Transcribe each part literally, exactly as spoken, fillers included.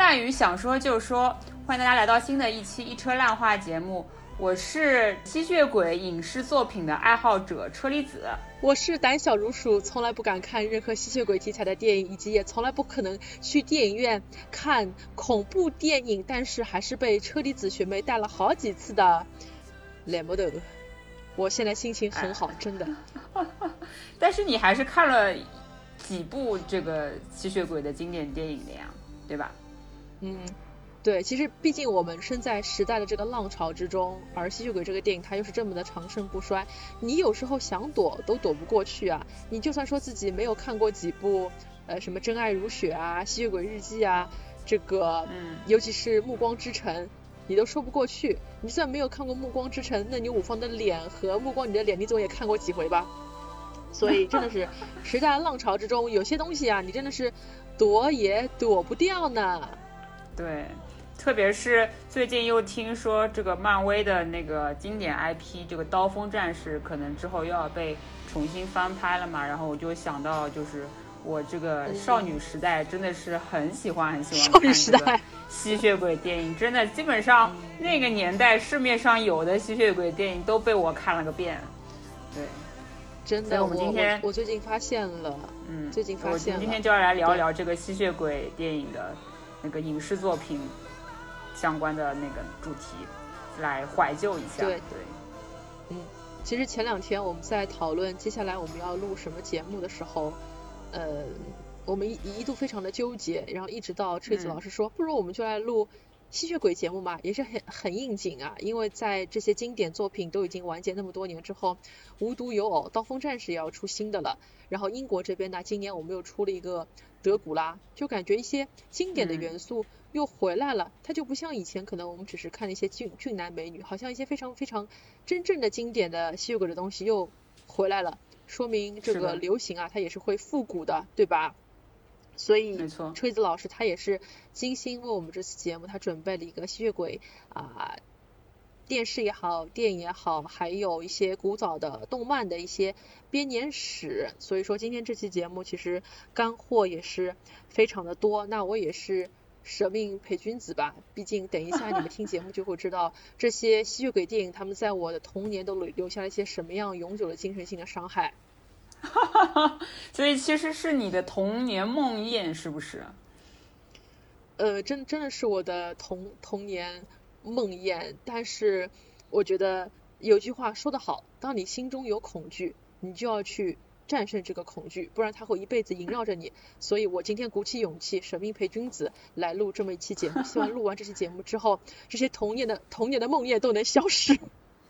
烂语想说就说，欢迎大家来到新的一期一车烂话节目。我是吸血鬼影视作品的爱好者车厘子， 我是胆小如鼠，从来不敢看任何吸血鬼题材的电影，以及也从来不可能去电影院看恐怖电影，但是还是被车厘子学妹带了好几次的脸不豆。我现在心情很好，真的。 但是你还是看了几部这个吸血鬼的经典电影的呀，对吧？ 嗯。对，其实毕竟我们身在时代的这个浪潮之中，而吸血鬼这个电影它又是这么的长盛不衰，你有时候想躲都躲不过去啊。你就算说自己没有看过几部呃什么真爱如雪啊、吸血鬼日记啊，这个嗯，尤其是暮光之城，你都说不过去。你就算没有看过暮光之城，那你五方的脸和暮光你的脸你总也看过几回吧。所以真的是时代浪潮之中，有些东西啊你真的是躲也躲不掉呢。 对，特别是最近又听说这个漫威的那个经典 I P 这个刀锋战士可能之后又要被重新翻拍了嘛，然后我就想到就是我这个少女时代真的是很喜欢很喜欢看这个吸血鬼电影，真的基本上那个年代市面上有的吸血鬼电影都被我看了个遍。对， 真的， 我们今天我, 我最近发现了，嗯，最近发现了， 我们今天就要来聊聊这个吸血鬼电影的那个影视作品相关的那个主题，来怀旧一下。 对对，嗯，其实前两天我们在讨论接下来我们要录什么节目的时候，呃，我们一一度非常的纠结，然后一直到锤子老师说，嗯、不如我们就来录吸血鬼节目嘛，也是很很应景啊，因为在这些经典作品都已经完结那么多年之后，无独有偶，刀锋战士也要出新的了，然后英国这边呢，今年我们又出了一个德古拉，就感觉一些经典的元素又回来了，嗯、它就不像以前可能我们只是看一些俊俊男美女，好像一些非常非常真正的经典的吸血鬼的东西又回来了，说明这个流行啊，它也是会复古的，对吧？所以锤子老师他也是精心为我们这次节目他准备了一个吸血鬼啊、呃，电视也好电影也好，还有一些古早的动漫的一些编年史，所以说今天这期节目其实干货也是非常的多，那我也是舍命陪君子吧，毕竟等一下你们听节目就会知道这些吸血鬼电影他们在我的童年都留下了一些什么样永久的精神性的伤害。 所以其实是你的童年梦魇是不是？ 呃，真真的是我的童童年梦魇，但是我觉得有句话说得好，当你心中有恐惧，你就要去战胜这个恐惧，不然它会一辈子萦绕着你。所以我今天鼓起勇气，舍命陪君子来录这么一期节目，希望录完这期节目之后，这些童年的童年的梦魇都能消失。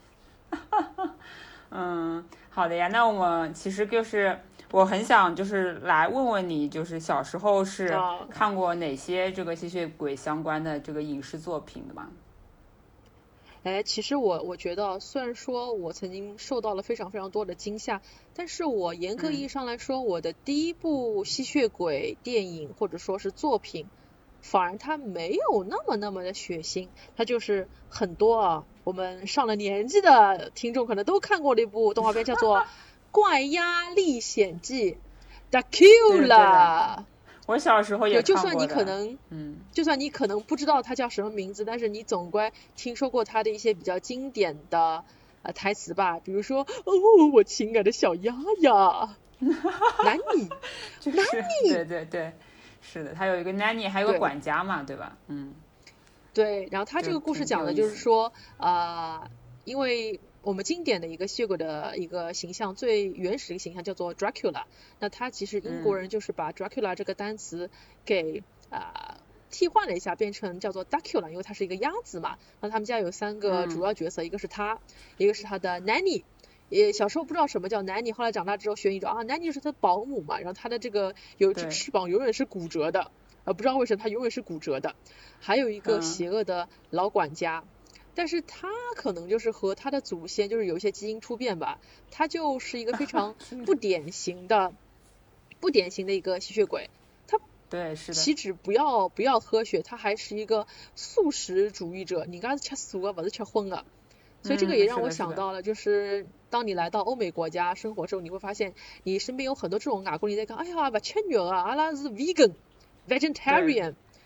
嗯，好的呀，那我们其实就是我很想就是来问问你，就是小时候是看过哪些这个吸血鬼相关的这个影视作品的吗？ 哎，其实我我觉得虽然说我曾经受到了非常非常多的惊吓，但是我严格意义上来说，嗯、我的第一部吸血鬼电影或者说是作品，反而它没有那么那么的血腥，它就是很多啊我们上了年纪的听众可能都看过的一部动画片，叫做《怪鸭历险记》Dracula。 我小时候也看过的。 就算你可能，嗯，就算你可能不知道它叫什么名字，但是你总归听说过它的一些比较经典的呃台词吧，比如说哦，我亲爱的小鸭呀，Nanny， 就是 Nanny， 对对对，是的，它有一个 Nanny， 还有个管家嘛，对吧？嗯， 对，然后它这个故事讲的就是说啊、呃，因为我们经典的一个吸血鬼的一个形象，最原始的形象叫做 Dracula， 那他其实英国人就是把 Dracula 这个单词给啊、呃、替换了一下，变成叫做 Dracula， 因为他是一个鸭子嘛。那他们家有三个主要角色，嗯、一个是他，一个是他的 Nanny， 也小时候不知道什么叫 Nanny， 后来长大之后学一种啊 Nanny 是他的保姆嘛，然后他的这个有一只翅膀永远是骨折的，呃不知道为什么他永远是骨折的，还有一个邪恶的老管家。嗯，但是他可能就是和他的祖先就是有一些基因突变吧，他就是一个非常不典型的不典型的一个吸血鬼，他对是的， 岂止不要不要喝血，他还是一个素食主义者，你刚是吃素的不是吃荤的，所以这个也让我想到了，就是当你来到欧美国家生活之后，你会发现你身边有很多这种外国人在讲，哎呀不吃肉啊，阿拉是 vegan vegetarian。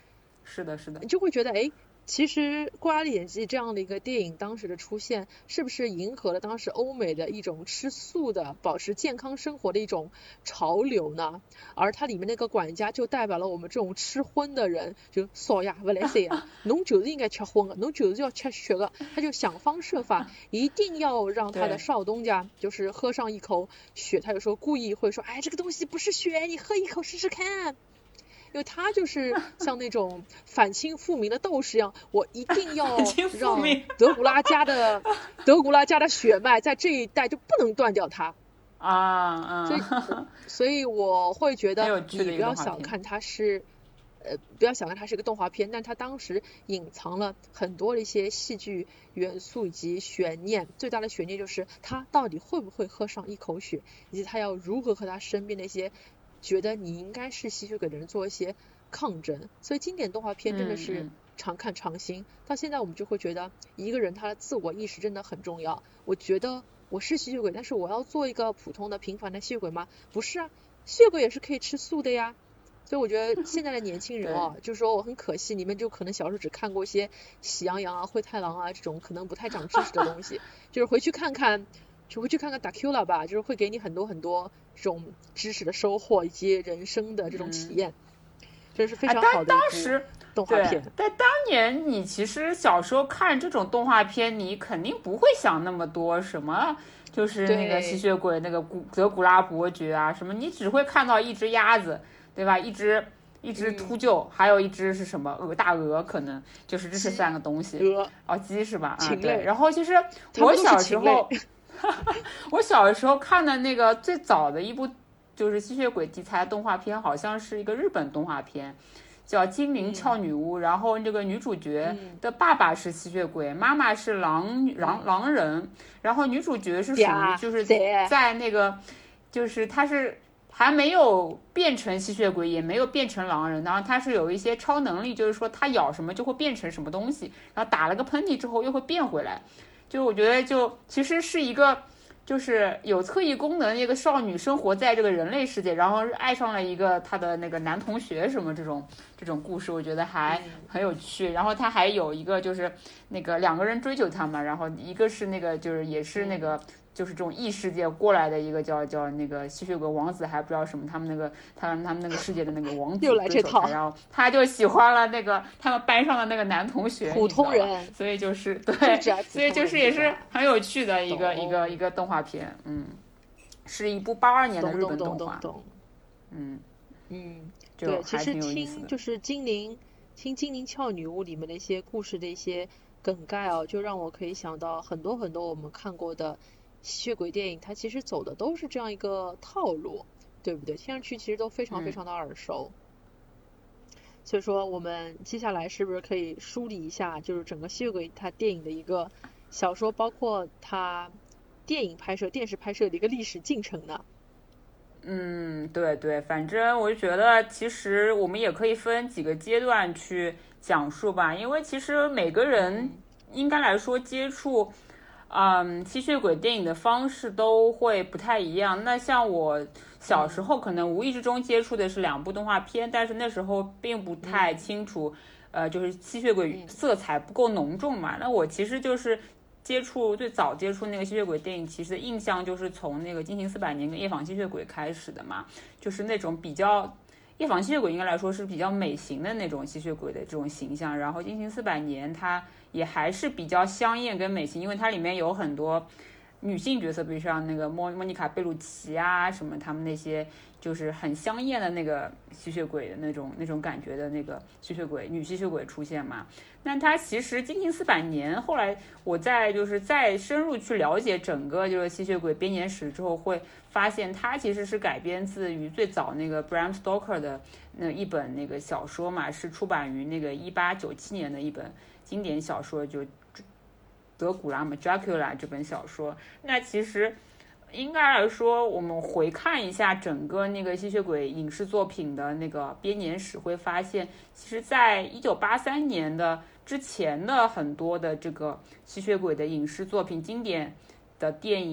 是的是的， 你就会觉得哎。其实《怪侠历险记》这样的一个电影当时的出现，是不是迎合了当时欧美的一种吃素的、保持健康生活的一种潮流呢？而它里面那个管家就代表了我们这种吃荤的人，就少呀不来塞呀，侬就是应该吃荤的，侬就是要吃血的，他就想方设法一定要让他的少东家就是喝上一口血，他有时候故意会说，哎，这个东西不是血，你喝一口试试看。因为他就是像那种反清复明的斗士一样，我一定要让德古拉家的德古拉家的血脉在这一代就不能断掉它啊啊！ 所以，所以我会觉得你不要小看它是，呃，不要小看它是一个动画片，但它当时隐藏了很多的一些戏剧元素以及悬念。最大的悬念就是他到底会不会喝上一口血，以及他要如何和他身边的一些。觉得你应该是吸血鬼的人做一些抗争，所以经典动画片真的是常看常新。嗯嗯、到现在我们就会觉得一个人他的自我意识真的很重要。我觉得我是吸血鬼，但是我要做一个普通的平凡的吸血鬼吗？不是啊，吸血鬼也是可以吃素的呀。所以我觉得现在的年轻人哦，就是说我很可惜，你们就可能小时候只看过一些喜羊羊啊、灰太狼啊这种可能不太长知识的东西，就是回去看看。就回去看看 Dracula 吧，就是会给你很多很多这种知识的收获以及人生的这种体验，嗯、这是非常好的一部动画片。 在当年你其实小时候看这种动画片，你肯定不会想那么多什么，就是那个吸血鬼那个古德古拉伯爵啊什么，你只会看到一只鸭子，对吧？一只一只秃鹫、嗯，还有一只是什么鹅大鹅，可能就是这是三个东西。 鹅哦，鸡是吧？ 禽类、嗯。对。然后其实我小时候。我小的时候看的那个最早的一部就是吸血鬼题材动画片，好像是一个日本动画片，叫《精灵俏女巫》。嗯、然后这个女主角的爸爸是吸血鬼，嗯、妈妈是狼狼狼人，然后女主角是属于就是在那个就是她是还没有变成吸血鬼，也没有变成狼人，然后她是有一些超能力，就是说她咬什么就会变成什么东西，然后打了个喷嚏之后又会变回来。就我觉得就其实是一个就是有特异功能的一个少女生活在这个人类世界，然后爱上了一个她的那个男同学什么这种这种故事，我觉得还很有趣。然后她还有一个就是那个两个人追求她嘛，然后一个是那个就是也是那个就是这种异世界过来的一个叫叫那个吸血鬼王子，还不知道什么他们那个他们他们那个世界的那个王子又来这套， 然后他就喜欢了那个他们班上的那个男同学普通人， 所以就是对，所以就是也是很有趣的一个一个一个动画片，嗯，是一部八二年的日本动画，嗯嗯，对，其实听就是精灵听精灵俏女巫里面的一些故事的一些梗概哦，就让我可以想到很多很多我们看过的。吸血鬼电影它其实走的都是这样一个套路，对不对？听上去其实都非常非常的耳熟、嗯、所以说我们接下来是不是可以梳理一下就是整个吸血鬼它电影的一个小说包括它电影拍摄电视拍摄的一个历史进程呢？ 嗯，对对，反正我就觉得其实我们也可以分几个阶段去讲述吧，因为其实每个人应该来说接触嗯，吸血鬼电影的方式都会不太一样。那像我小时候可能无意之中接触的是两部动画片，但是那时候并不太清楚，呃，就是吸血鬼色彩不够浓重嘛。那我其实就是接触最早接触那个吸血鬼电影，其实印象就是从那个《惊情四百年》跟《夜访吸血鬼》开始的嘛，就是那种比较。夜访吸血鬼应该来说是比较美型的那种吸血鬼的这种形象，然后惊情四百年它也还是比较香艳跟美型，因为它里面有很多女性角色，比如像那个莫莫妮卡贝鲁奇啊什么，他们那些就是很香艳的那个吸血鬼的那种那种感觉的那个吸血鬼女吸血鬼出现嘛。那它其实惊情四百年后来我在就是再深入去了解整个就是吸血鬼编年史之后，会发现它其实是改编自于最早那个 Bram Stoker 的那一本那个小说嘛，是出版于那个一八九七年的一本经典小说，就德古拉嘛 Dracula 这本小说。那其实应该来说我们回看一下整个那个吸血鬼影视作品的那个编年史，会发现其实在一九八三年的之前的很多的这个吸血鬼的影视作品经典的电影，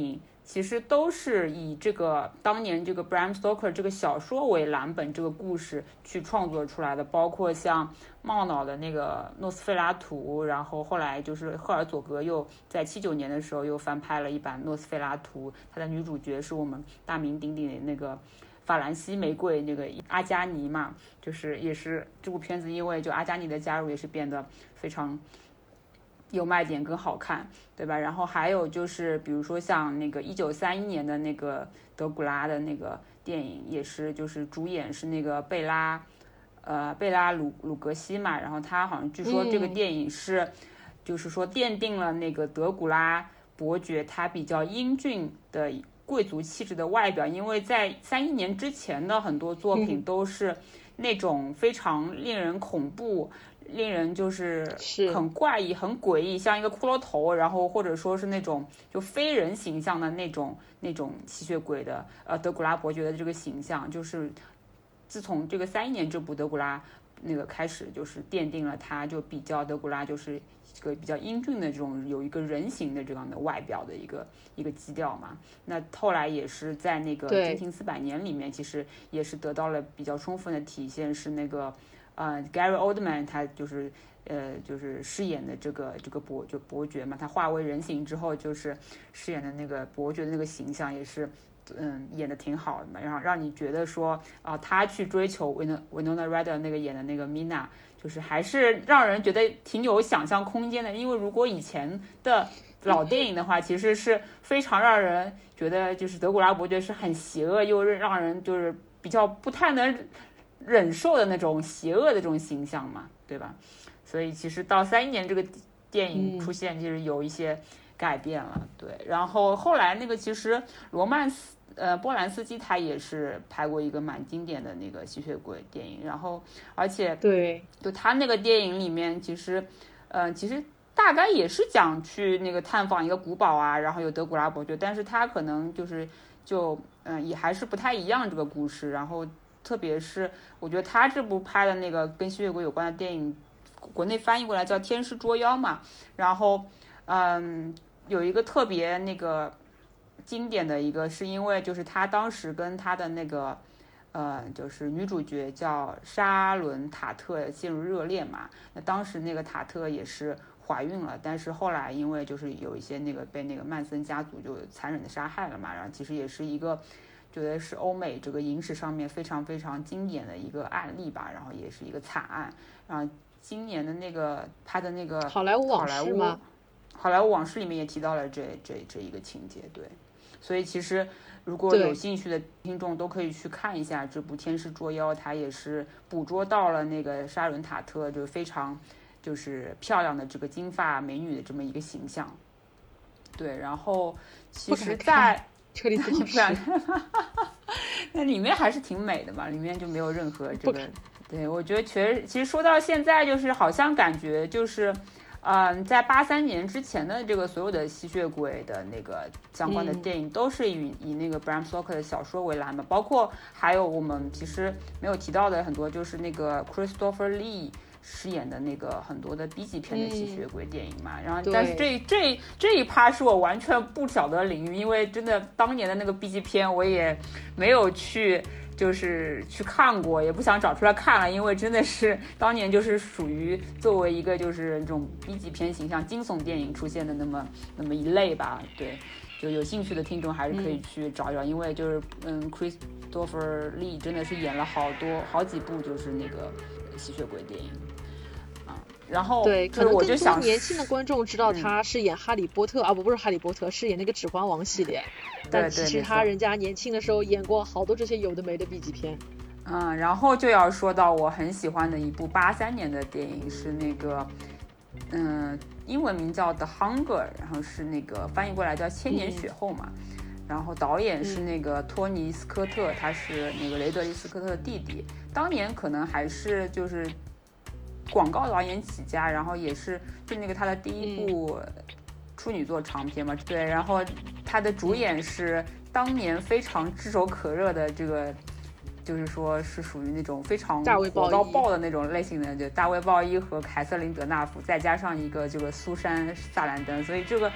其实都是以这个当年这个 Bram Stoker 这个小说为蓝本，这个故事去创作出来的，包括像茂脑的那个诺斯菲拉图，然后后来就是赫尔佐格又在七九年的时候又翻拍了一版诺斯菲拉图，他的女主角是我们大名鼎鼎的那个法兰西玫瑰那个阿加尼嘛，就是也是这部片子因为就阿加尼的加入也是变得非常有卖点更好看，对吧？然后还有就是比如说像那个一九三一年的那个德古拉的那个电影，也是就是主演是那个贝拉呃贝拉鲁鲁格西嘛，然后他好像据说这个电影是、嗯、就是说奠定了那个德古拉伯爵他比较英俊的贵族气质的外表，因为在三一年之前的很多作品都是那种非常令人恐怖、嗯、令人就是很怪异、很诡异，像一个骷髅头，然后或者说是那种就非人形象的那种那种吸血鬼的呃德古拉伯爵的这个形象，就是自从这个三一年这部德古拉那个开始，就是奠定了他就比较德古拉就是一个比较英俊的这种有一个人形的这样的外表的一个一个基调嘛。那后来也是在那个《惊情四百年》里面，其实也是得到了比较充分的体现，是那个呃 Gary Oldman 他就是呃就是饰演的这个这个伯就伯爵嘛，他化为人形之后就是饰演的那个伯爵的那个形象也是。嗯，演的挺好的嘛，然后让你觉得说啊、呃，他去追求 Winona Ryder 那个演的那个 Mina， 就是还是让人觉得挺有想象空间的。因为如果以前的老电影的话，其实是非常让人觉得就是德古拉伯爵是很邪恶，又让人就是比较不太能忍受的那种邪恶的这种形象嘛，对吧？所以其实到三一年这个电影出现，就是有一些改变了，对。然后后来那个其实罗曼斯。呃，波兰斯基他也是拍过一个蛮经典的那个吸血鬼电影，然后而且对， 就他那个电影里面，其实，呃，其实大概也是讲去那个探访一个古堡啊，然后有德古拉伯爵，但是他可能就是就嗯、呃、也还是不太一样这个故事，然后特别是我觉得他这部拍的那个跟吸血鬼有关的电影，国内翻译过来叫《天师捉妖》嘛，然后嗯有一个特别那个。经典的一个是因为就是他当时跟他的那个呃就是女主角叫莎伦塔特陷入热恋嘛，那当时那个塔特也是怀孕了，但是后来因为就是有一些那个被那个曼森家族就残忍的杀害了嘛，然后其实也是一个觉得是欧美这个影史上面非常非常经典的一个案例吧，然后也是一个惨案。然后今年的那个拍的那个好莱坞往事吗？ 好莱坞往事里面也提到了这这这一个情节，对。所以其实如果有兴趣的听众都可以去看一下这部《天师捉妖》，它也是捕捉到了那个莎伦塔特就非常就是漂亮的这个金发美女的这么一个形象。对，然后其实在彻底自己不敢看那里面还是挺美的嘛，里面就没有任何这个对，我觉得确其实说到现在就是好像感觉就是嗯，在八三年之前的这个所有的吸血鬼的那个相关的电影都是以、嗯、以那个 Bram Stoker 的小说为蓝本，包括还有我们其实没有提到的很多，就是那个 Christopher Lee 饰演的那个很多的 B 级片的吸血鬼电影嘛。嗯、然后，但是这这这一趴是我完全不晓得领域，因为真的当年的那个 B 级片我也没有去。就是去看过，也不想找出来看了，因为真的是当年就是属于作为一个就是这种 B 级片形象惊悚电影出现的那么那么一类吧。对，就有兴趣的听众还是可以去找一找，嗯、因为就是嗯 Christopher Lee 真的是演了好多好几部就是那个吸血鬼电影啊。然后对，可能更多年轻的观众知道他是演哈利波特、嗯、啊不不是哈利波特，是演那个指环王系列。但其实他人家年轻的时候演过好多这些有的没的 B 级片。 嗯，然后就要说到我很喜欢的一部八三年的电影，是那个嗯英文名叫 The Hunger， 然后是那个翻译过来叫千年雪后嘛、嗯、然后导演是那个托尼斯科特、嗯、他是那个雷德利斯科特的弟弟，当年可能还是就是广告导演起家，然后也是就那个他的第一部、嗯处女座长片嘛，对，然后他的主演是当年非常炙手可热的这个，就是说是属于那种非常火到爆的那种类型的，就大卫鲍伊和凯瑟琳德纳福，再加上一个这个苏珊萨兰登，所以这个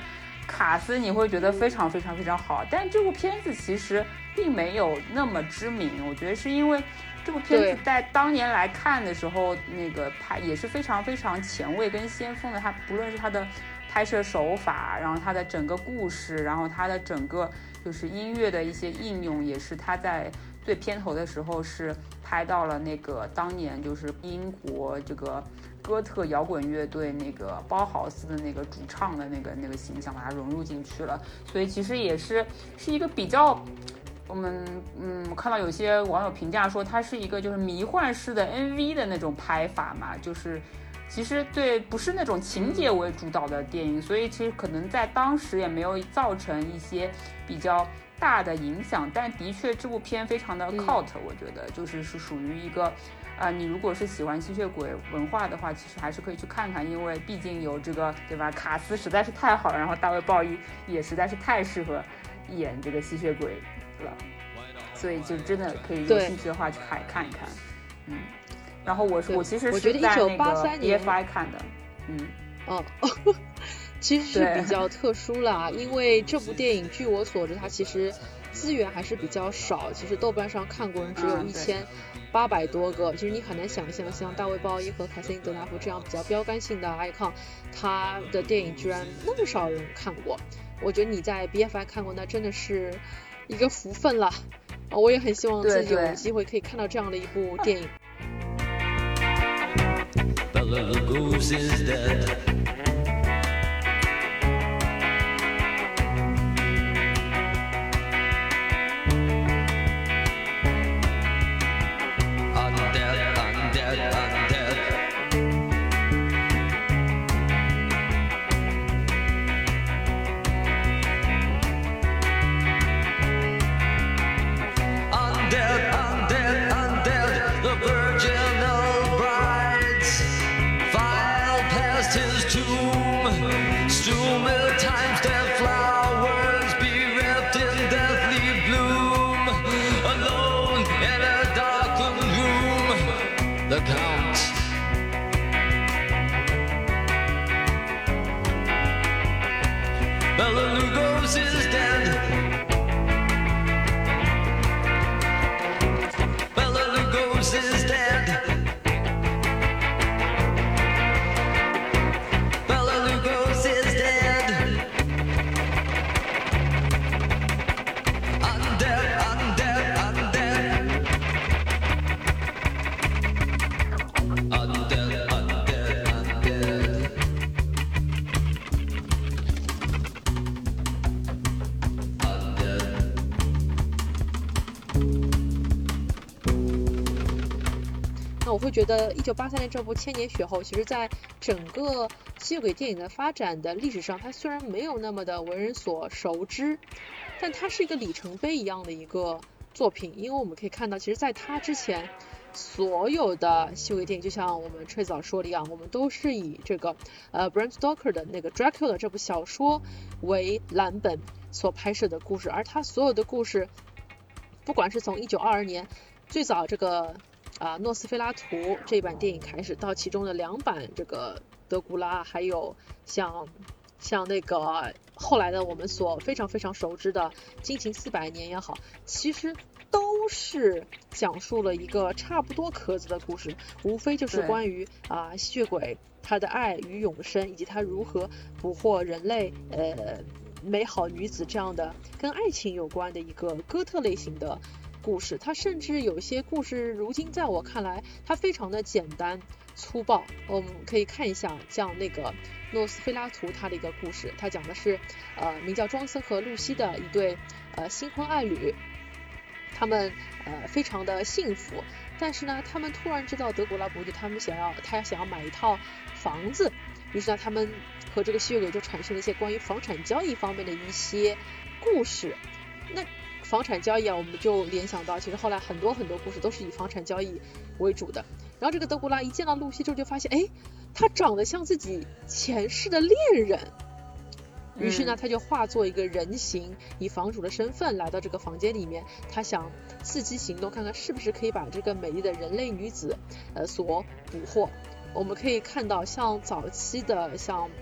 卡斯你会觉得非常非常非常好，但这部片子其实并没有那么知名。我觉得是因为这部片子在当年来看的时候，那个拍也是非常非常前卫跟先锋的。它不论是它的拍摄手法，然后它的整个故事，然后它的整个就是音乐的一些应用，也是它在最片头的时候是拍到了那个当年就是英国这个哥特摇滚乐队那个包豪斯的那个主唱的那个那个形象，把它融入进去了。所以其实也是是一个比较，我们嗯看到有些网友评价说它是一个就是迷幻式的 M V 的那种拍法嘛，就是其实对不是那种情节为主导的电影，所以其实可能在当时也没有造成一些比较大的影响，但的确这部片非常的 cult、嗯、我觉得就是是属于一个呃，你如果是喜欢吸血鬼文化的话，其实还是可以去看看，因为毕竟有这个对吧，卡斯实在是太好了，然后大卫鲍伊也实在是太适合演这个吸血鬼了，所以就真的可以有兴趣的话去看看一看。嗯，然后我我其实是在那个 B F I 看的。嗯哦其实是比较特殊啦，因为这部电影据我所知它其实资源还是比较少，其实豆瓣上看过人只有一千八百多个、嗯、其实你很难想象像大卫鲍伊和凯瑟琳德纳夫这样比较标杆性的 icon， 他的电影居然那么少人看过。我觉得你在 B F I 看过那真的是一个福分了，我也很希望自己有机会可以看到这样的一部电影。我会觉得一九八三年这部千年雪后，其实在整个吸血鬼电影的发展的历史上，它虽然没有那么的为人所熟知，但它是一个里程碑一样的一个作品。因为我们可以看到，其实在它之前所有的吸血鬼电影，就像我们吹早说的一样，我们都是以这个呃 Bram Stoker 的那个 Dracula 这部小说为蓝本所拍摄的故事，而它所有的故事不管是从一九二二年最早这个啊，诺斯菲拉图这版电影开始，到其中的两版这个德古拉，还有像像那个后来的我们所非常非常熟知的惊情四百年也好，其实都是讲述了一个差不多壳子的故事，无非就是关于啊、呃、吸血鬼他的爱与永生，以及他如何捕获人类呃美好女子这样的跟爱情有关的一个哥特类型的故事。它甚至有些故事如今在我看来它非常的简单粗暴，我们可以看一下像那个诺斯菲拉图他的一个故事，他讲的是呃名叫庄森和露西的一对呃新婚爱侣，他们呃非常的幸福，但是呢他们突然知道德古拉伯爵他们想要他想要买一套房子，于是呢他们和这个吸血鬼就产生了一些关于房产交易方面的一些故事。那房产交易啊，我们就联想到其实后来很多很多故事都是以房产交易为主的。然后这个德古拉一见到露西之后就发现，哎，她长得像自己前世的恋人，于是呢他就化作一个人形，以房主的身份来到这个房间里面，他想伺机行动，看看是不是可以把这个美丽的人类女子呃所捕获。我们可以看到像早期的像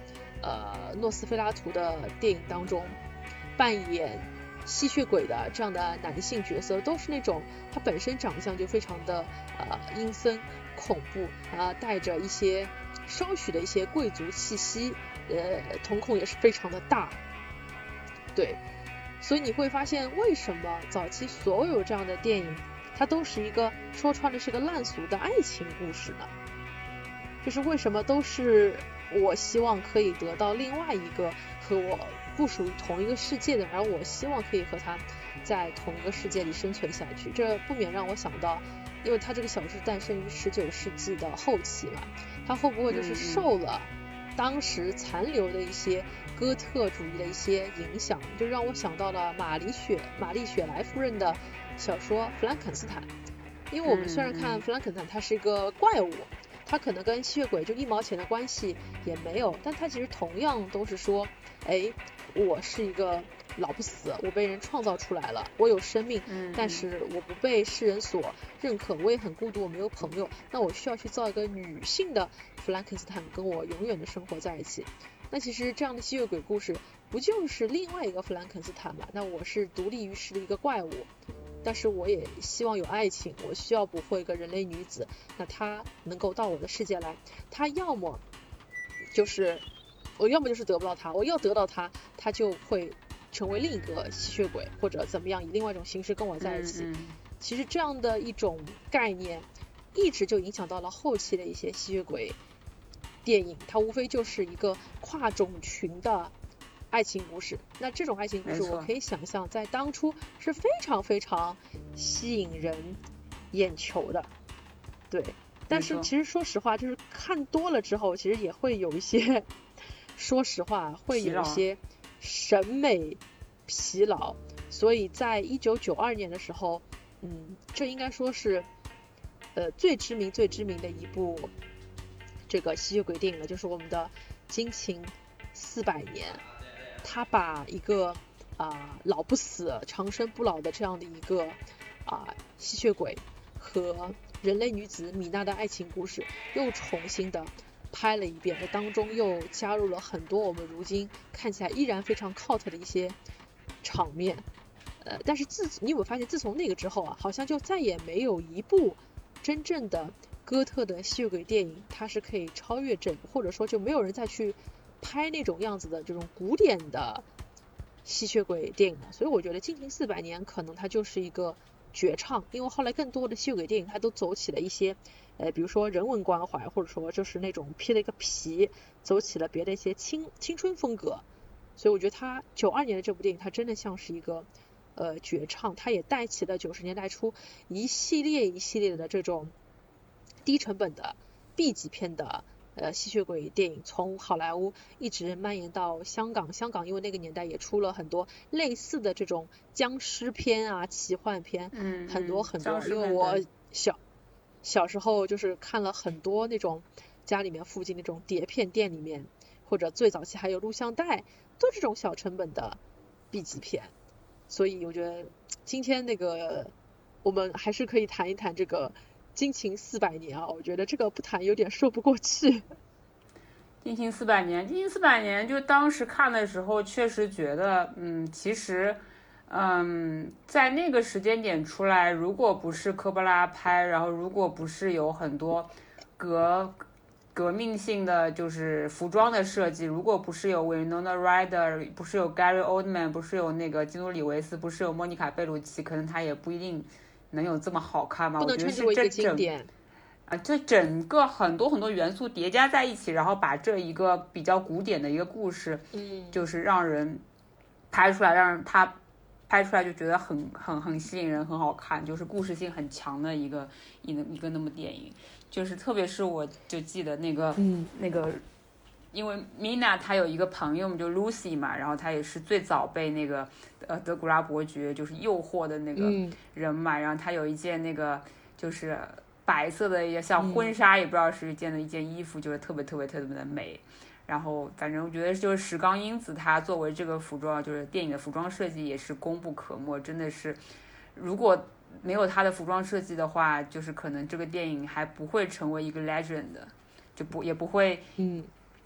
呃诺斯菲拉图的电影当中扮演吸血鬼的这样的男性角色，都是那种他本身长相就非常的呃阴森恐怖啊、呃，带着一些稍许的一些贵族气息，呃，瞳孔也是非常的大，对，所以你会发现为什么早期所有这样的电影，它都是一个说穿了是个烂俗的爱情故事呢？就是为什么都是我希望可以得到另外一个和我不属于同一个世界的，而我希望可以和他在同一个世界里生存下去，这不免让我想到，因为他这个小说诞生于十九世纪的后期嘛，他会不会就是受了当时残留的一些哥特主义的一些影响，就让我想到了玛丽雪玛丽雪莱夫人的小说《弗兰肯斯坦》。因为我们虽然看弗兰肯斯坦它是一个怪物，它可能跟吸血鬼就一毛钱的关系也没有，但它其实同样都是说，哎，我是一个老不死，我被人创造出来了，我有生命，但是我不被世人所认可，我也很孤独，我没有朋友，那我需要去造一个女性的弗兰肯斯坦跟我永远的生活在一起。那其实这样的吸血鬼故事不就是另外一个弗兰肯斯坦嘛？那我是独立于世的一个怪物，但是我也希望有爱情，我需要捕获一个人类女子，那她能够到我的世界来，她要么就是我要么就是得不到她，我要得到她，她就会成为另一个吸血鬼，或者怎么样以另外一种形式跟我在一起。 嗯嗯其实这样的一种概念一直就影响到了后期的一些吸血鬼电影，它无非就是一个跨种群的爱情故事。那这种爱情故事我可以想象在当初是非常非常吸引人眼球的，对。但是其实说实话，就是看多了之后其实也会有一些说实话会有一些审美疲劳，所以在一九九二年的时候，嗯，这应该说是呃最知名最知名的一部这个吸血鬼电影了，就是我们的惊情四百年。他把一个啊、呃、老不死长生不老的这样的一个啊、呃、吸血鬼和人类女子米娜的爱情故事又重新的拍了一遍，这当中又加入了很多我们如今看起来依然非常 cult 的一些场面。呃，但是自你有没有发现，自从那个之后啊，好像就再也没有一部真正的哥特的吸血鬼电影它是可以超越这，或者说就没有人再去拍那种样子的这种古典的吸血鬼电影了。所以我觉得惊情四百年可能它就是一个绝唱，因为后来更多的吸血鬼电影它都走起了一些呃，比如说人文关怀，或者说就是那种披了一个皮，走起了别的一些青青春风格。所以我觉得它九二年的这部电影它真的像是一个呃绝唱，它也带起了九十年代初一系列一系列的这种低成本的 B 级片的呃吸血鬼电影，从好莱坞一直蔓延到香港。香港因为那个年代也出了很多类似的这种僵尸片啊奇幻片， 嗯， 很多很多。因为为我小小时候就是看了很多那种家里面附近那种碟片店里面，或者最早期还有录像带，都是这种小成本的 B 级片。所以我觉得今天那个我们还是可以谈一谈这个惊情四百年啊，我觉得这个不谈有点说不过去。 惊情四百年，惊情四百年，就当时看的时候，确实觉得，嗯，其实，嗯，在那个时间点出来，如果不是科波拉拍，然后如果不是有很多革革命性的就是服装的设计，如果不是有 Winona Ryder， 不是有 Gary Oldman， 不是有那个基努里维斯，不是有莫妮卡贝鲁奇，可能他也不一定能有这么好看嘛。 不能称之为一个经典啊，这整个很多很多元素叠加在一起，然后把这一个比较古典的一个故事， 嗯， 就是让人拍出来，让他拍出来就觉得很很很吸引人，很好看，就是故事性很强的一个一一个那么电影。就是特别是我就记得那个、 嗯、 那个，因为 Mina 她有一个朋友就 Lucy 嘛，然后她也是最早被那个呃德古拉伯爵就是诱惑的那个人嘛， 嗯、 然后她有一件那个就是白色的也像婚纱、嗯、也不知道是一件的一件衣服，就是特别特别特别的美。然后反正我觉得就是石冈英子她作为这个服装就是电影的服装设计也是功不可没，真的是如果没有他的服装设计的话，就是可能这个电影还不会成为一个 legend， 就不也不会嗯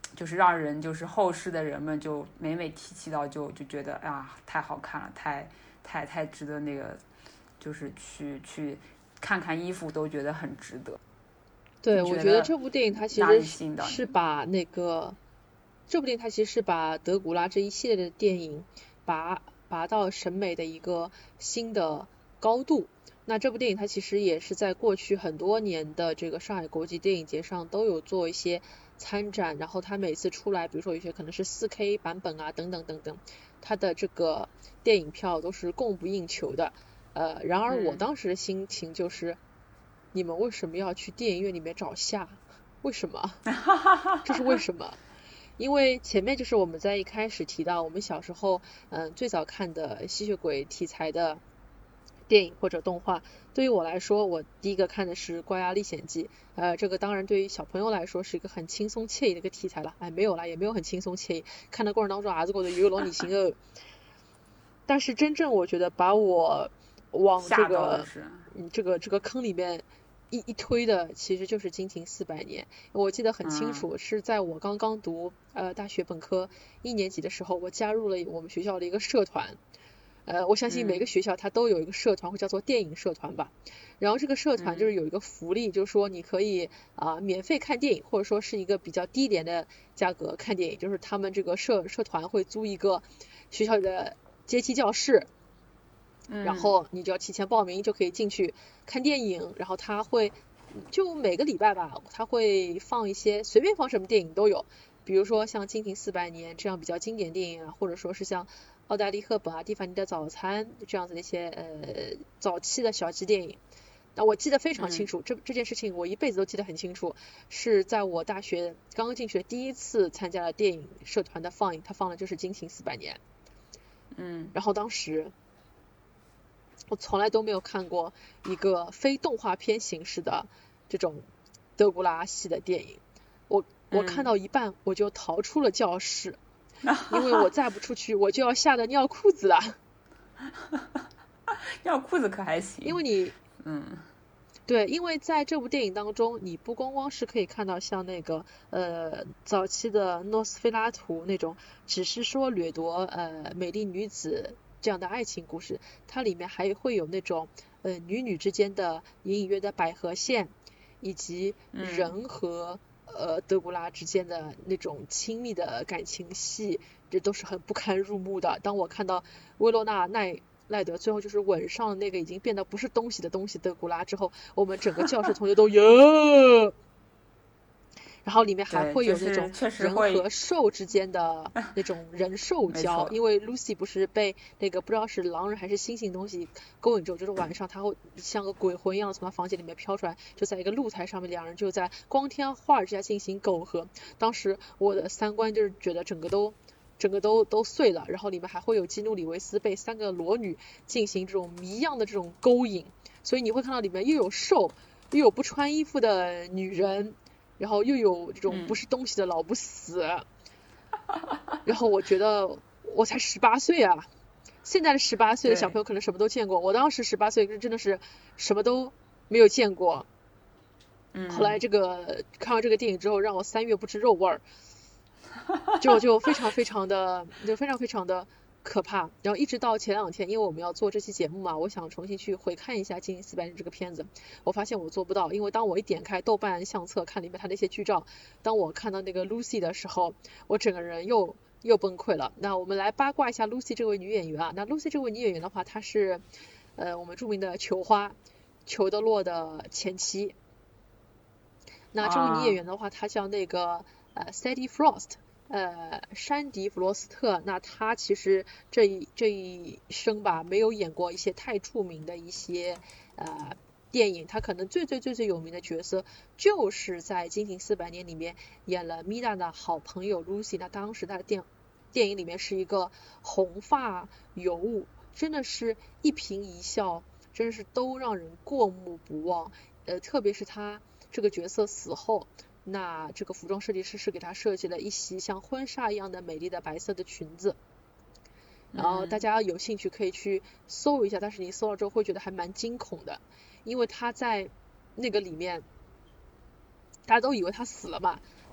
就是让人就是后世的人们就每每提起到就就觉得啊太好看了，太太太值得那个，就是去去看看衣服都觉得很值得。 对，我觉得这部电影它其实是是把那个这部电影它其实是把德古拉这一系列的电影拔拔到审美的一个新的高度。那这部电影它其实也是在过去很多年的这个上海国际电影节上都有做一些参展，然后它每次出来，比如说有些可能是 四 K 版本啊等等等等，它的这个电影票都是供不应求的。呃，然而我当时的心情就是，嗯、你们为什么要去电影院里面找下？为什么？这是为什么？因为前面就是我们在一开始提到，我们小时候嗯、呃、最早看的吸血鬼题材的电影或者动画，对于我来说，我第一个看的是《怪鸭历险记》，呃，这个当然对于小朋友来说是一个很轻松惬意的一个题材了，哎，没有啦，也没有很轻松惬意，看的过程当中还是觉得有老恶心哦。但是真正我觉得把我往这个嗯这个这个坑里面一一推的，其实就是《惊情四百年》。我记得很清楚，嗯、是在我刚刚读呃大学本科一年级的时候，我加入了我们学校的一个社团。呃，我相信每个学校它都有一个社团，会叫做电影社团吧。然后这个社团就是有一个福利，就是说你可以啊、呃、免费看电影，或者说是一个比较低廉的价格看电影，就是他们这个社社团会租一个学校的阶梯教室，然后你就要提前报名就可以进去看电影，然后他会就每个礼拜吧，他会放一些随便放什么电影都有，比如说像《惊情四百年》这样比较经典电影啊，或者说是像奥黛丽·赫本啊、蒂凡尼的早餐这样子的一些呃早期的小鸡电影。那我记得非常清楚，嗯、这这件事情我一辈子都记得很清楚，是在我大学刚刚进去的第一次参加了电影社团的放映，他放的就是《惊情四百年》。 嗯， 然后当时我从来都没有看过一个非动画片形式的这种德古拉系的电影，我我看到一半我就逃出了教室。嗯、因为我再不出去我就要吓得尿裤子了。 尿裤子可还行， 因为你嗯对，因为在这部电影当中，你不光光是可以看到像那个呃早期的诺斯菲拉图那种只是说掠夺呃美丽女子这样的爱情故事，它里面还会有那种呃女女之间的隐隐约的百合线，以及人和、嗯、呃德古拉之间的那种亲密的感情戏，这都是很不堪入目的。当我看到薇洛娜奈赖德最后就是吻上那个已经变得不是东西的东西德古拉之后，我们整个教室同学都哟。然后里面还会有那种人和兽之间的那种人兽交，因为 Lucy 不是被那个不知道是狼人还是猩猩东西勾引之后，就是晚上他会像个鬼魂一样从他房间里面飘出来，就在一个露台上面，两人就在光天化日之下进行苟合。当时我的三观就是觉得整个都整个都都碎了，然后里面还会有基努里维斯被三个裸女进行这种谜样的这种勾引，所以你会看到里面又有兽，又有不穿衣服的女人，然后又有这种不是东西的老不死、嗯、然后我觉得我才十八岁啊，现在的十八岁的小朋友可能什么都见过，我当时十八岁真的是什么都没有见过。 嗯， 后来这个看完这个电影之后，让我三月不吃肉味儿。就就非常非常的就非常非常的可怕。然后一直到前两天，因为我们要做这期节目嘛，我想重新去回看一下《惊情四百年》这个片子，我发现我做不到，因为当我一点开豆瓣相册看里面它的一些剧照，当我看到那个 Lucy 的时候，我整个人又又崩溃了。那我们来八卦一下 Lucy 这位女演员啊，那 Lucy 这位女演员的话，她是呃我们著名的球花裘德洛的前妻。那这位女演员的话，她叫那个呃 Sadie Frost。呃，山迪·弗罗斯特，那他其实这一这一生吧，没有演过一些太著名的一些呃电影，他可能最最最最有名的角色就是在《惊情四百年》里面演了米娜的好朋友 Lucy， 那当时他的电电影里面是一个红发尤物，真的是一颦一笑，真的是都让人过目不忘。呃，特别是他这个角色死后。那这个服装设计师是给他设计了一袭像婚纱一样的美丽的白色的裙子，然后大家有兴趣可以去搜一下，但是你搜了之后会觉得还蛮惊恐的，因为他在那个里面大家都以为他死了嘛，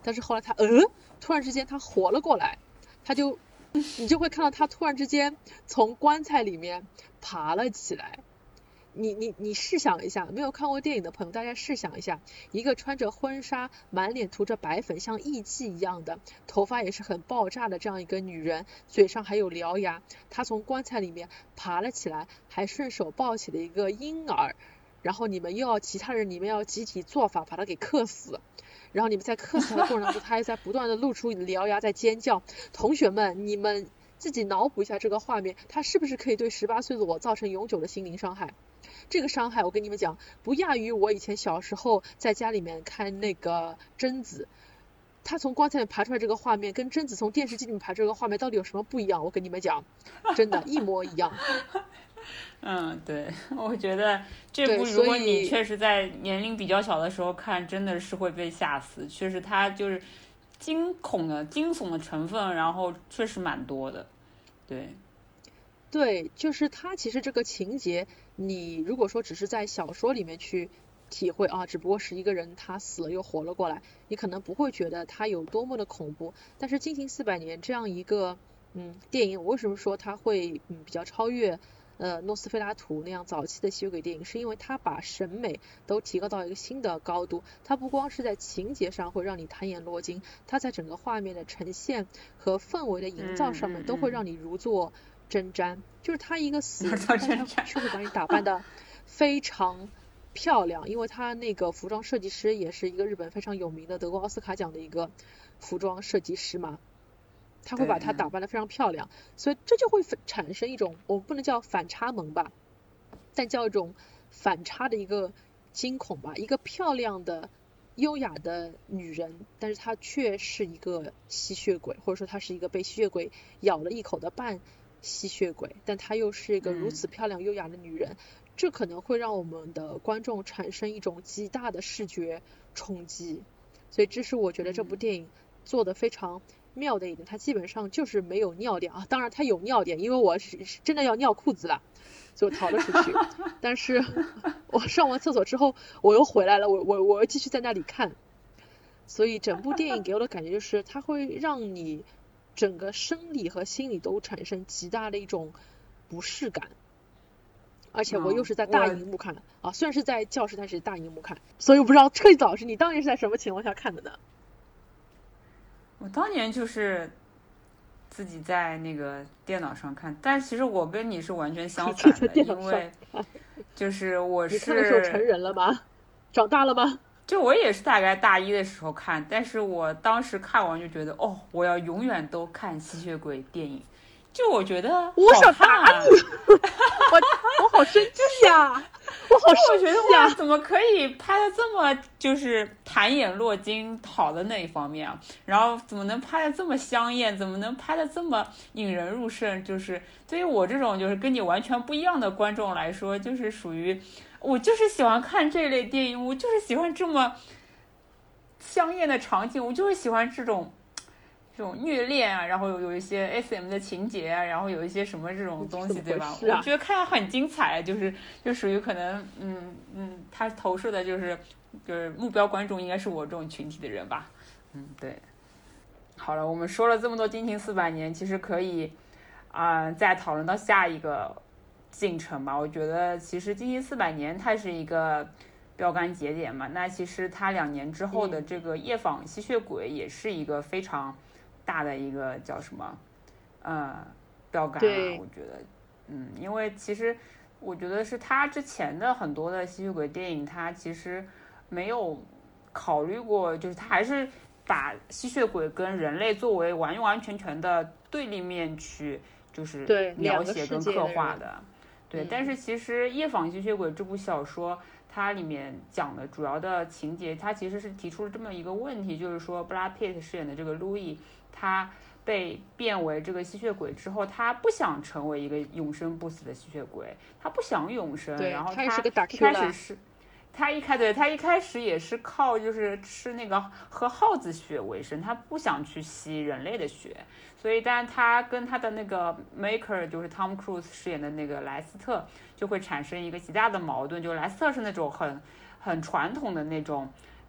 但是后来他呃突然之间他活了过来，他就你就会看到他突然之间从棺材里面爬了起来。你你你试想一下，没有看过电影的朋友，大家试想一下，一个穿着婚纱、满脸涂着白粉，像艺妓一样的，头发也是很爆炸的这样一个女人，嘴上还有獠牙，她从棺材里面爬了起来，还顺手抱起了一个婴儿，然后你们又要其他人，你们要集体做法把她给克死。然后你们在克死她的过程当中，她还在不断的露出獠牙，在尖叫。同学们，你们自己脑补一下这个画面，她是不是可以对十八岁的我造成永久的心灵伤害？这个伤害我跟你们讲，不亚于我以前小时候在家里面看那个贞子，他从棺材里爬出来这个画面，跟贞子从电视机里面爬出来这个画面到底有什么不一样？我跟你们讲，真的，一模一样。 嗯，对，我觉得这部如果你确实在年龄比较小的时候看，真的是会被吓死。确实，它就是惊恐的、惊悚的成分，然后确实蛮多的。对。 对，就是它其实这个情节，你如果说只是在小说里面去体会啊，只不过是一个人他死了又活了过来，你可能不会觉得它有多么的恐怖。但是《惊情四百年》这样一个嗯电影，我为什么说它会嗯比较超越呃诺斯菲拉图那样早期的吸血鬼电影，是因为它把审美都提高到一个新的高度。它不光是在情节上会让你弹眼落睛，它在整个画面的呈现和氛围的营造上面都会让你如坐针毡。就是他一个死人，但他是会把你打扮的非常漂亮，因为他那个服装设计师也是一个日本非常有名的得过奥斯卡奖的一个服装设计师嘛，他会把他打扮的非常漂亮，所以这就会产生一种我们不能叫反差萌吧，但叫一种反差的一个惊恐吧。一个漂亮的优雅的女人，但是她却是一个吸血鬼，或者说她是一个被吸血鬼咬了一口的半吸血鬼，但她又是一个如此漂亮优雅的女人、嗯、这可能会让我们的观众产生一种极大的视觉冲击。所以这是我觉得这部电影做得非常妙的一点，它基本上就是没有尿点啊，当然它有尿点，因为我是真的要尿裤子了，所以我逃了出去但是我上完厕所之后我又回来了，我我我又继续在那里看。所以整部电影给我的感觉就是它会让你整个生理和心理都产生极大的一种不适感，而且我又是在大荧幕看、哦、啊，虽然是在教室但是大荧幕看，所以我不知道车厘子老师你当年是在什么情况下看的呢？ 我当年就是自己在那个电脑上看，但其实我跟你是完全相反的，因为就是我是你看的时候成人了吗？长大了吗？ 就我也是大概大一的时候看，但是我当时看完就觉得哦，我要永远都看吸血鬼电影，就我觉得我想打你我我好生气呀、啊我好生气呀、啊！怎么可以拍的这么就是弹眼落睛好的那一方面啊？然后怎么能拍的这么香艳？怎么能拍的这么引人入胜？就是对于我这种就是跟你完全不一样的观众来说，就是属于我就是喜欢看这类电影，我就是喜欢这么香艳的场景，我就是喜欢这种。这种虐恋啊，然后有有一些 S M 的情节啊，然后有一些什么这种东西，对吧？ 啊、 我觉得看很精彩，就是就属于可能，嗯嗯，他投射的就是就是目标观众应该是我这种群体的人吧，嗯，对。好了，我们说了这么多《惊情四百年》，其实可以啊、呃、再讨论到下一个进程吧。我觉得其实《惊情四百年》它是一个标杆节点嘛，那其实它两年之后的这个夜访吸血鬼也是一个非常大的一个叫什么呃标杆啊，我觉得嗯，因为其实我觉得是他之前的很多的吸血鬼电影，他其实没有考虑过，就是他还是把吸血鬼跟人类作为完完全全的对立面去就是描写跟刻画的，对。但是其实《夜访吸血鬼》这部小说，它里面讲的主要的情节，它其实是提出了这么一个问题，就是说布拉佩特饰演的这个路易，他被变为这个吸血鬼之后，他不想成为一个永生不死的吸血鬼，他不想永生，然后他一开始是他一开始他一开始也是靠就是吃那个喝耗子血为生，他不想去吸人类的血，所以但他跟他的那个 maker 就是 Tom Cruise 饰演的那个莱斯特就会产生一个极大的矛盾，就莱斯特是那种很很传统的那种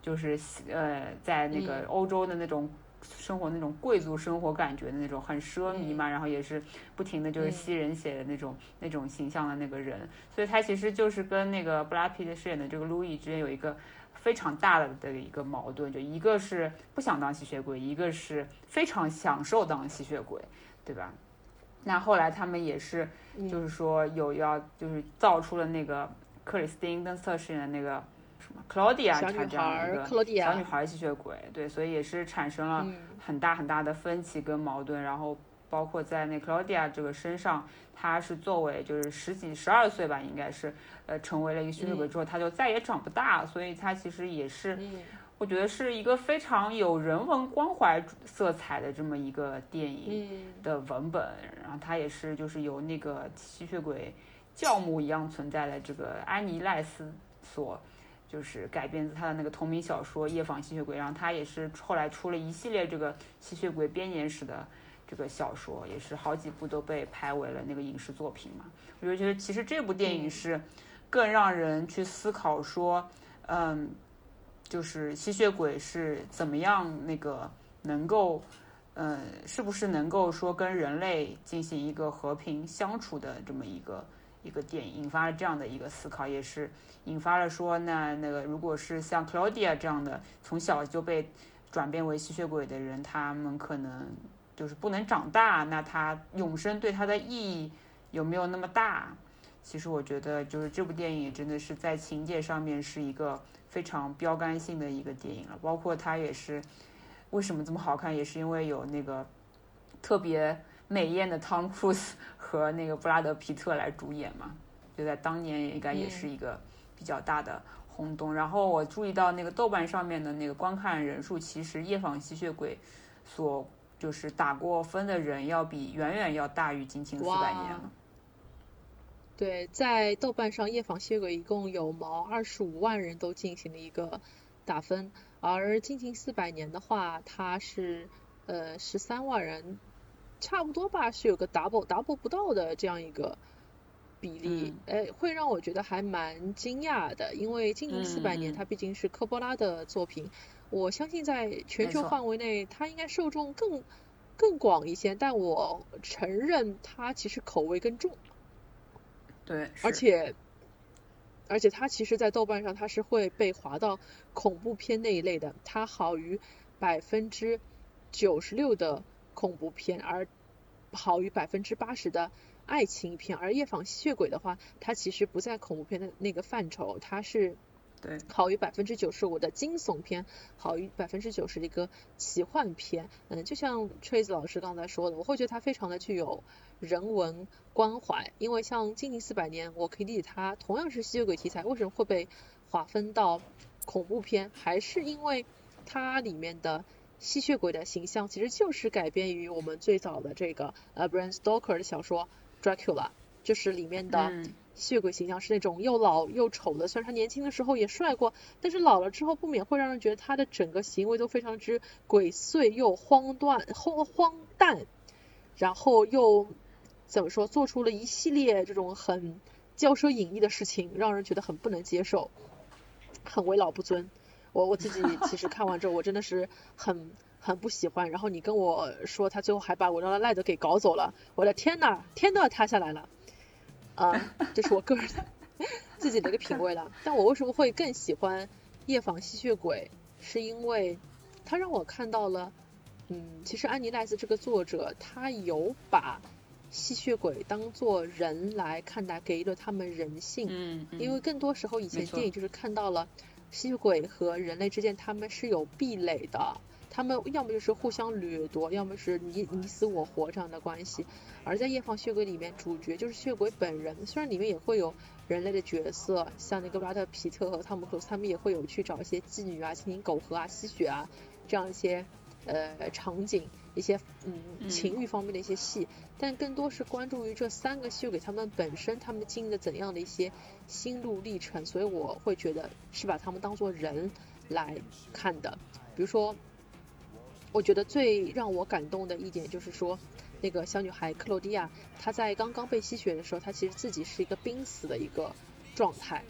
就是呃在那个欧洲的那种生活那种贵族生活感觉的那种很奢靡嘛，然后也是不停的就是吸人血的那种、嗯、那种形象的那个人，所以他其实就是跟那个布拉皮特饰演的这个路易之间有一个非常大的的一个矛盾，就一个是不想当吸血鬼，一个是非常享受当吸血鬼，对吧？那后来他们也是就是说有要就是造出了那个克里斯汀登斯特饰演的那个什么 Claudia 小女孩这样一个小女孩吸血鬼，对，所以也是产生了很大很大的分歧跟矛盾、嗯、然后包括在那 Claudia 这个身上，她是作为就是十几十二岁吧应该是呃成为了一个吸血鬼之后，她、嗯、就再也长不大，所以她其实也是、嗯、我觉得是一个非常有人文关怀色彩的这么一个电影的文本、嗯、然后她也是就是由那个吸血鬼教母一样存在的这个安妮赖斯所就是改编自他的那个同名小说《夜访吸血鬼》，然后他也是后来出了一系列这个吸血鬼编年史的这个小说，也是好几部都被拍为了那个影视作品嘛。我就觉得其实这部电影是更让人去思考说，嗯，就是吸血鬼是怎么样那个能够，嗯，是不是能够说跟人类进行一个和平相处的这么一个。一个电影引发了这样的一个思考，也是引发了说那那个如果是像 Claudia 这样的从小就被转变为吸血鬼的人，他们可能就是不能长大，那他永生对他的意义有没有那么大？其实我觉得就是这部电影真的是在情节上面是一个非常标杆性的一个电影了，包括它也是为什么这么好看，也是因为有那个特别美艳的汤姆·克鲁斯和那个布拉德·皮特来主演嘛，就在当年应该也是一个比较大的轰动、嗯、然后我注意到那个豆瓣上面的那个观看人数，其实夜访吸血鬼所就是打过分的人要比远远要大于惊情四百年了。 对，在豆瓣上夜访吸血鬼一共有毛二十五万人都进行了一个打分，而惊情四百年的话它是呃十三万人，差不多吧，是有个 double double 不到的这样一个比例，哎、嗯，会让我觉得还蛮惊讶的，因为《惊情四百年》它毕竟是科波拉的作品，嗯、我相信在全球范围内它应该受众更更广一些，但我承认它其实口味更重， 对， 而且而且它其实在豆瓣上它是会被划到恐怖片那一类的，它好于百分之九十六的恐怖片，而好于百分之八十的爱情片，而夜访吸血鬼的话，它其实不在恐怖片的那个范畴，它是对好于百分之九十五的惊悚片，好于百分之九十的一个奇幻片。嗯，就像锤子老师刚才说的，我会觉得它非常的具有人文关怀，因为像惊情四百年，我可以理解它同样是吸血鬼题材，为什么会被划分到恐怖片，还是因为它里面的吸血鬼的形象其实就是改编于我们最早的这个呃 Bram Stoker 的小说 Dracula， 就是里面的吸血鬼形象是那种又老又丑的，虽然他年轻的时候也帅过，但是老了之后不免会让人觉得他的整个行为都非常之鬼祟又荒诞荒荒诞，然后又怎么说做出了一系列这种很骄奢淫逸的事情，让人觉得很不能接受，很为老不尊。我我自己其实看完之后我真的是很很不喜欢，然后你跟我说他最后还把我让赖德给搞走了，我的天哪，天都要塌下来了啊、呃！这是我个人的自己的一个品味了。但我为什么会更喜欢夜访吸血鬼，是因为他让我看到了嗯，其实安妮赖斯这个作者他有把吸血鬼当作人来看待，给了他们人性。 嗯，嗯因为更多时候以前电影就是看到了吸血鬼和人类之间他们是有壁垒的，他们要么就是互相掠夺，要么是你你死我活这样的关系。而在夜访吸血鬼里面，主角就是吸血鬼本人，虽然里面也会有人类的角色，像那个布拉德皮特和汤姆克鲁斯他们也会有去找一些妓女啊、进行苟合啊、吸血啊这样一些呃场景，一些嗯情欲方面的一些戏、嗯、但更多是关注于这三个吸血鬼他们本身，他们经历了怎样的一些心路历程，所以我会觉得是把他们当作人来看的。比如说我觉得最让我感动的一点就是说，那个小女孩克罗地亚她在刚刚被吸血的时候，她其实自己是一个濒死的一个状态，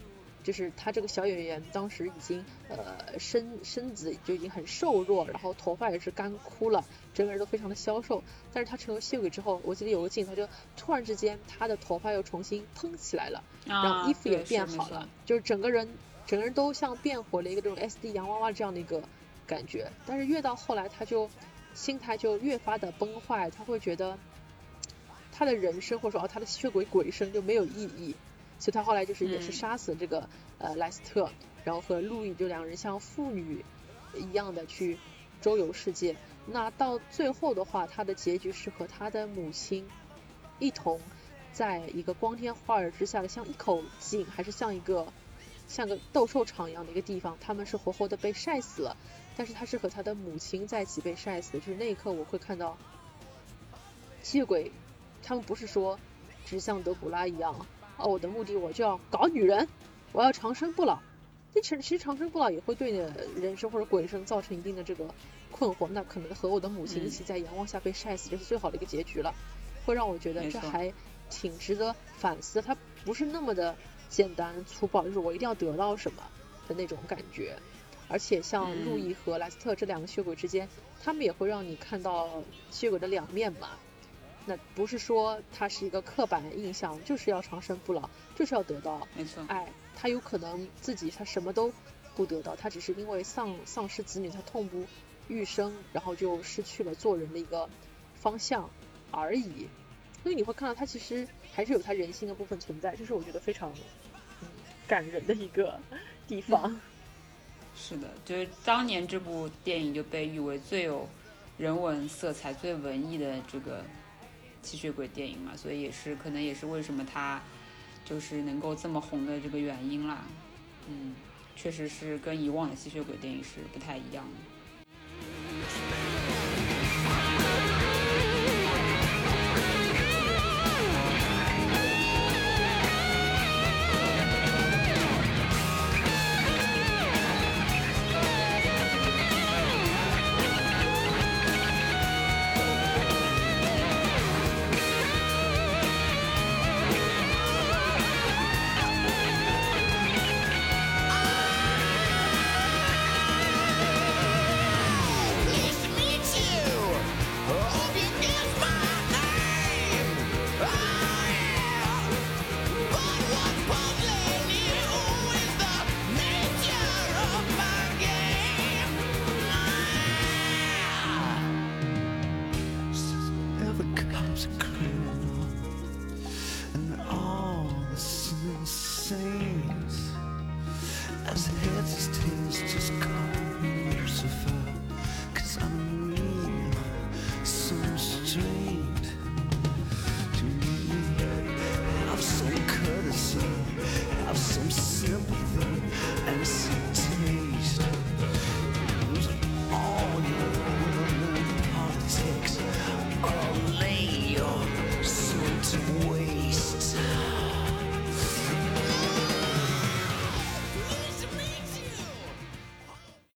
就是他这个小演员当时已经呃身身子就已经很瘦弱，然后头发也是干枯了，整个人都非常的消瘦。但是他成为吸血鬼之后，我记得有个镜头就突然之间他的头发又重新蓬起来了， 啊、 然后衣服也变好了，就是整个人整个人都像变回了一个这种 S D 洋娃娃这样的一个感觉。但是越到后来他就心态就越发的崩坏，他会觉得他的人生或者说哦他的吸血鬼鬼生就没有意义。所以他后来就是也是杀死这个、嗯、呃莱斯特，然后和路易就两人像父女一样的去周游世界。那到最后的话，他的结局是和他的母亲一同在一个光天化日之下的像一口井还是像一个像个斗兽场一样的一个地方，他们是活活的被晒死了，但是他是和他的母亲在一起被晒死的。就是那一刻我会看到吸血鬼他们不是说只像德古拉一样哦，我的目的我就要搞女人，我要长生不老。其实长生不老也会对你的人生或者鬼生造成一定的这个困惑，那可能和我的母亲一起在阳光下被晒死，这是最好的一个结局了，会让我觉得这还挺值得反思。它不是那么的简单粗暴，就是我一定要得到什么的那种感觉。而且像路易和莱斯特这两个吸血鬼之间，他们也会让你看到吸血鬼的两面嘛。那不是说他是一个刻板印象，就是要长生不老，就是要得到爱。他有可能自己他什么都不得到，他只是因为丧丧失子女，他痛不欲生，然后就失去了做人的一个方向而已。所以你会看到他其实还是有他人性的部分存在，这是我觉得非常、嗯、感人的一个地方、嗯、 是的，就是当年这部电影就被誉为最有人文色彩最文艺的这个吸血鬼电影嘛，所以也是可能也是为什么它就是能够这么红的这个原因啦。嗯，确实是跟以往的吸血鬼电影是不太一样的。 To